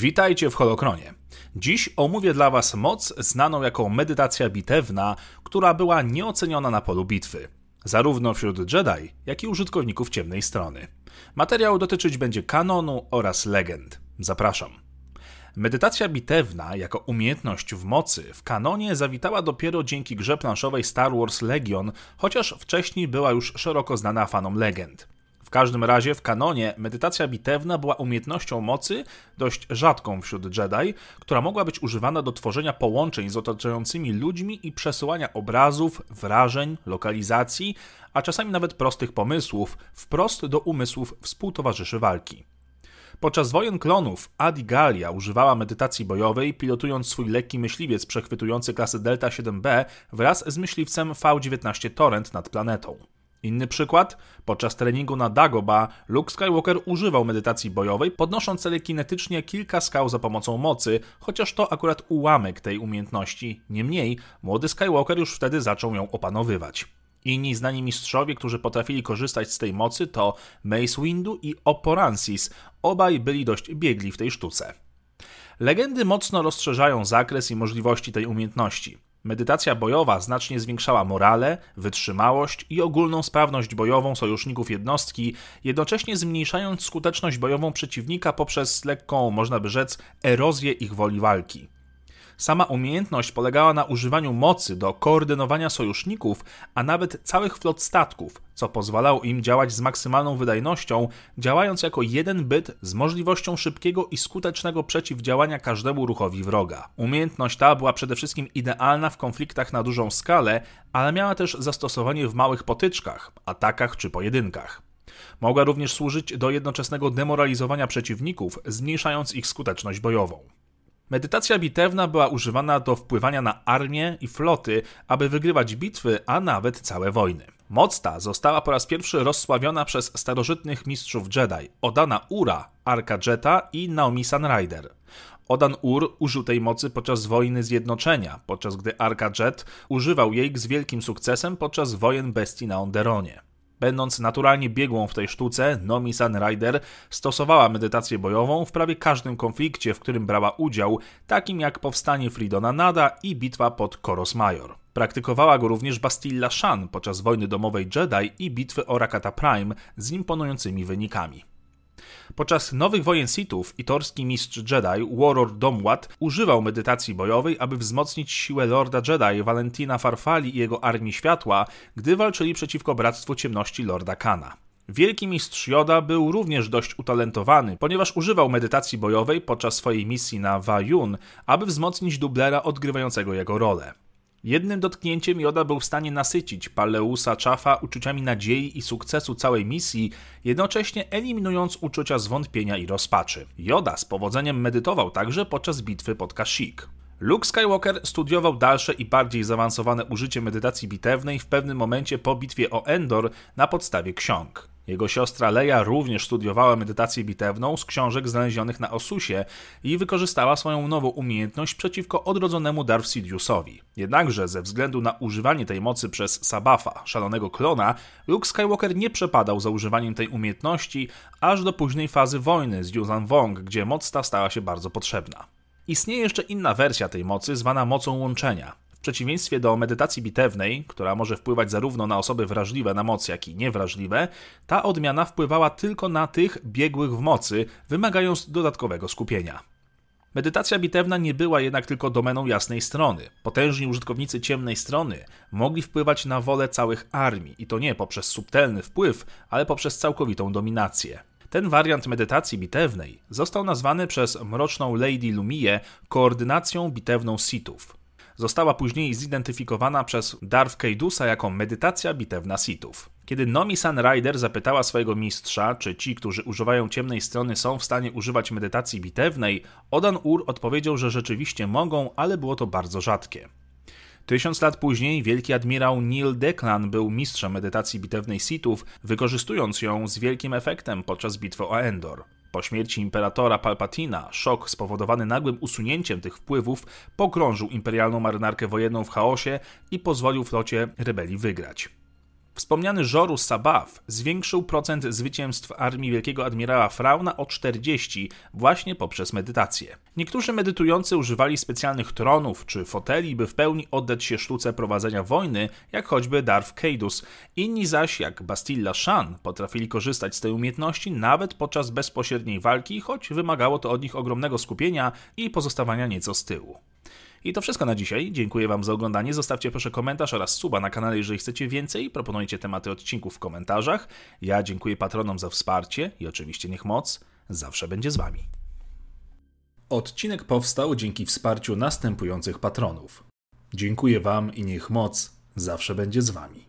Witajcie w Holokronie. Dziś omówię dla Was moc znaną jako medytacja bitewna, która była nieoceniona na polu bitwy, zarówno wśród Jedi, jak i użytkowników ciemnej strony. Materiał dotyczyć będzie kanonu oraz legend. Zapraszam. Medytacja bitewna jako umiejętność w mocy w kanonie zawitała dopiero dzięki grze planszowej Star Wars Legion, chociaż wcześniej była już szeroko znana fanom legend. W każdym razie w kanonie medytacja bitewna była umiejętnością mocy dość rzadką wśród Jedi, która mogła być używana do tworzenia połączeń z otaczającymi ludźmi i przesyłania obrazów, wrażeń, lokalizacji, a czasami nawet prostych pomysłów wprost do umysłów współtowarzyszy walki. Podczas wojen klonów Adi Gallia używała medytacji bojowej, pilotując swój lekki myśliwiec przechwytujący klasy Delta 7B wraz z myśliwcem V-19 Torrent nad planetą. Inny przykład, podczas treningu na Dagobah Luke Skywalker używał medytacji bojowej, podnosząc telekinetycznie kilka skał za pomocą mocy, chociaż to akurat ułamek tej umiejętności. Niemniej, młody Skywalker już wtedy zaczął ją opanowywać. Inni znani mistrzowie, którzy potrafili korzystać z tej mocy, to Mace Windu i Oppo Rancic. Obaj byli dość biegli w tej sztuce. Legendy mocno rozszerzają zakres i możliwości tej umiejętności. Medytacja bojowa znacznie zwiększała morale, wytrzymałość i ogólną sprawność bojową sojuszników jednostki, jednocześnie zmniejszając skuteczność bojową przeciwnika poprzez lekką, można by rzec, erozję ich woli walki. Sama umiejętność polegała na używaniu mocy do koordynowania sojuszników, a nawet całych flot statków, co pozwalało im działać z maksymalną wydajnością, działając jako jeden byt z możliwością szybkiego i skutecznego przeciwdziałania każdemu ruchowi wroga. Umiejętność ta była przede wszystkim idealna w konfliktach na dużą skalę, ale miała też zastosowanie w małych potyczkach, atakach czy pojedynkach. Mogła również służyć do jednoczesnego demoralizowania przeciwników, zmniejszając ich skuteczność bojową. Medytacja bitewna była używana do wpływania na armię i floty, aby wygrywać bitwy, a nawet całe wojny. Moc ta została po raz pierwszy rozsławiona przez starożytnych mistrzów Jedi, Odana Ura, Arca Jetta i Naomi Sunrider. Odan Ur użył tej mocy podczas wojny Zjednoczenia, podczas gdy Arca Jett używał jej z wielkim sukcesem podczas wojen bestii na Onderonie. Będąc naturalnie biegłą w tej sztuce, Naomi Sunrider stosowała medytację bojową w prawie każdym konflikcie, w którym brała udział, takim jak powstanie Fridona Nada i bitwa pod Koros Major. Praktykowała go również Bastilla Shan podczas wojny domowej Jedi i bitwy o Rakata Prime z imponującymi wynikami. Podczas nowych wojen Sithów itorski mistrz Jedi, Warlord Domwat, używał medytacji bojowej, aby wzmocnić siłę Lorda Jedi Valentina Farfali i jego Armii Światła, gdy walczyli przeciwko Bractwu Ciemności Lorda Kana. Wielki mistrz Yoda był również dość utalentowany, ponieważ używał medytacji bojowej podczas swojej misji na Vayun, aby wzmocnić dublera odgrywającego jego rolę. Jednym dotknięciem Yoda był w stanie nasycić Paleusa Chaffa uczuciami nadziei i sukcesu całej misji, jednocześnie eliminując uczucia zwątpienia i rozpaczy. Yoda z powodzeniem medytował także podczas bitwy pod Kashyyyk. Luke Skywalker studiował dalsze i bardziej zaawansowane użycie medytacji bitewnej w pewnym momencie po bitwie o Endor na podstawie ksiąg. Jego siostra Leia również studiowała medytację bitewną z książek znalezionych na Osusie i wykorzystała swoją nową umiejętność przeciwko odrodzonemu Darth Sidious'owi. Jednakże ze względu na używanie tej mocy przez Sabafa, szalonego klona, Luke Skywalker nie przepadał za używaniem tej umiejętności aż do późnej fazy wojny z Yuuzhan Vong, gdzie moc ta stała się bardzo potrzebna. Istnieje jeszcze inna wersja tej mocy zwana mocą łączenia. W przeciwieństwie do medytacji bitewnej, która może wpływać zarówno na osoby wrażliwe na moc, jak i niewrażliwe, ta odmiana wpływała tylko na tych biegłych w mocy, wymagając dodatkowego skupienia. Medytacja bitewna nie była jednak tylko domeną jasnej strony. Potężni użytkownicy ciemnej strony mogli wpływać na wolę całych armii i to nie poprzez subtelny wpływ, ale poprzez całkowitą dominację. Ten wariant medytacji bitewnej został nazwany przez mroczną Lady Lumię koordynacją bitewną Sithów. Została później zidentyfikowana przez Darth Cadusa jako medytacja bitewna Sithów. Kiedy Naomi Sunrider zapytała swojego mistrza, czy ci, którzy używają ciemnej strony, są w stanie używać medytacji bitewnej, Odan Ur odpowiedział, że rzeczywiście mogą, ale było to bardzo rzadkie. 1000 lat później wielki admirał Neil Declan był mistrzem medytacji bitewnej Sithów, wykorzystując ją z wielkim efektem podczas bitwy o Endor. Po śmierci imperatora Palpatina szok spowodowany nagłym usunięciem tych wpływów pogrążył imperialną marynarkę wojenną w chaosie i pozwolił flocie rebelii wygrać. Wspomniany Joru Sabaw zwiększył procent zwycięstw armii wielkiego admirała Frauna o 40 właśnie poprzez medytację. Niektórzy medytujący używali specjalnych tronów czy foteli, by w pełni oddać się sztuce prowadzenia wojny, jak choćby Darth Caedus. Inni zaś, jak Bastilla Shan, potrafili korzystać z tej umiejętności nawet podczas bezpośredniej walki, choć wymagało to od nich ogromnego skupienia i pozostawania nieco z tyłu. I to wszystko na dzisiaj. Dziękuję Wam za oglądanie. Zostawcie proszę komentarz oraz suba na kanale, jeżeli chcecie więcej. Proponujcie tematy odcinków w komentarzach. Ja dziękuję patronom za wsparcie i oczywiście niech moc zawsze będzie z Wami. Odcinek powstał dzięki wsparciu następujących patronów. Dziękuję Wam i niech moc zawsze będzie z Wami.